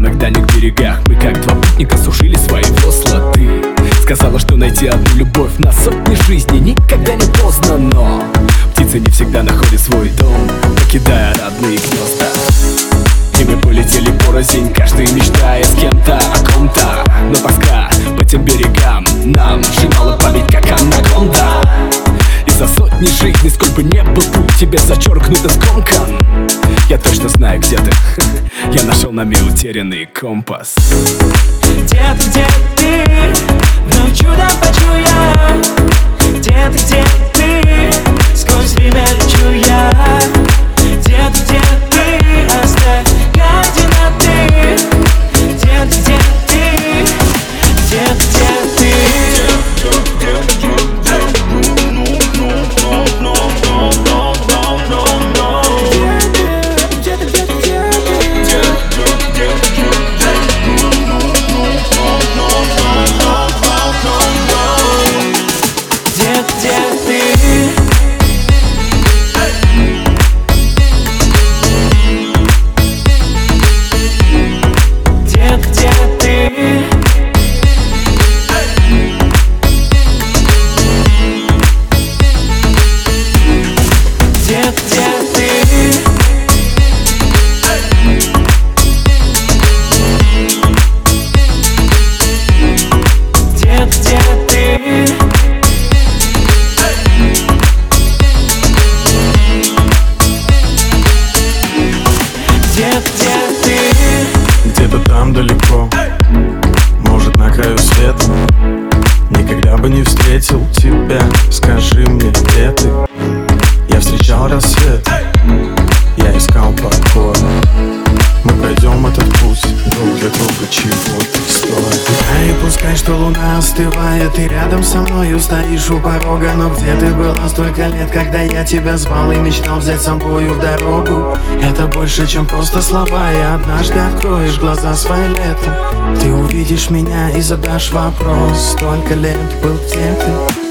самых дальних берегах мы, как два путника, сушили свои весла. Ты сказала, что найти одну любовь на сотни жизней никогда не поздно. Но птицы не всегда находят свой дом, покидая родные гнезда. И мы полетели порознь, каждый мечтая с кем-то о ком-то. Но тоска по тем берегам нам сжимала память, как анаконда. И за сотни жизней, сколь бы не был путь тебе зачеркнуто скомкан, я точно знаю, где ты. Я нашел нами утерянный компас. Где ты? Вновь чудом хочу я. Где ты? Сквозь время лечу я. Где ты? Оставь координаты. Где ты? Где ты? Где-то там далеко, может на краю света. Никогда бы не встретил тебя, скажи мне, где ты? Я встречал рассвет, я искал покой. Мы пройдем этот путь друг для друга, чего-то стоит. Да и пускай, что луна остывает, и рядом со мною стоишь у порога. Но где ты была столько лет, когда я тебя звал и мечтал взять с собою в дорогу? Это больше, чем просто слова, и однажды откроешь глаза свои летом. Ты увидишь меня и задашь вопрос: столько лет был где ты?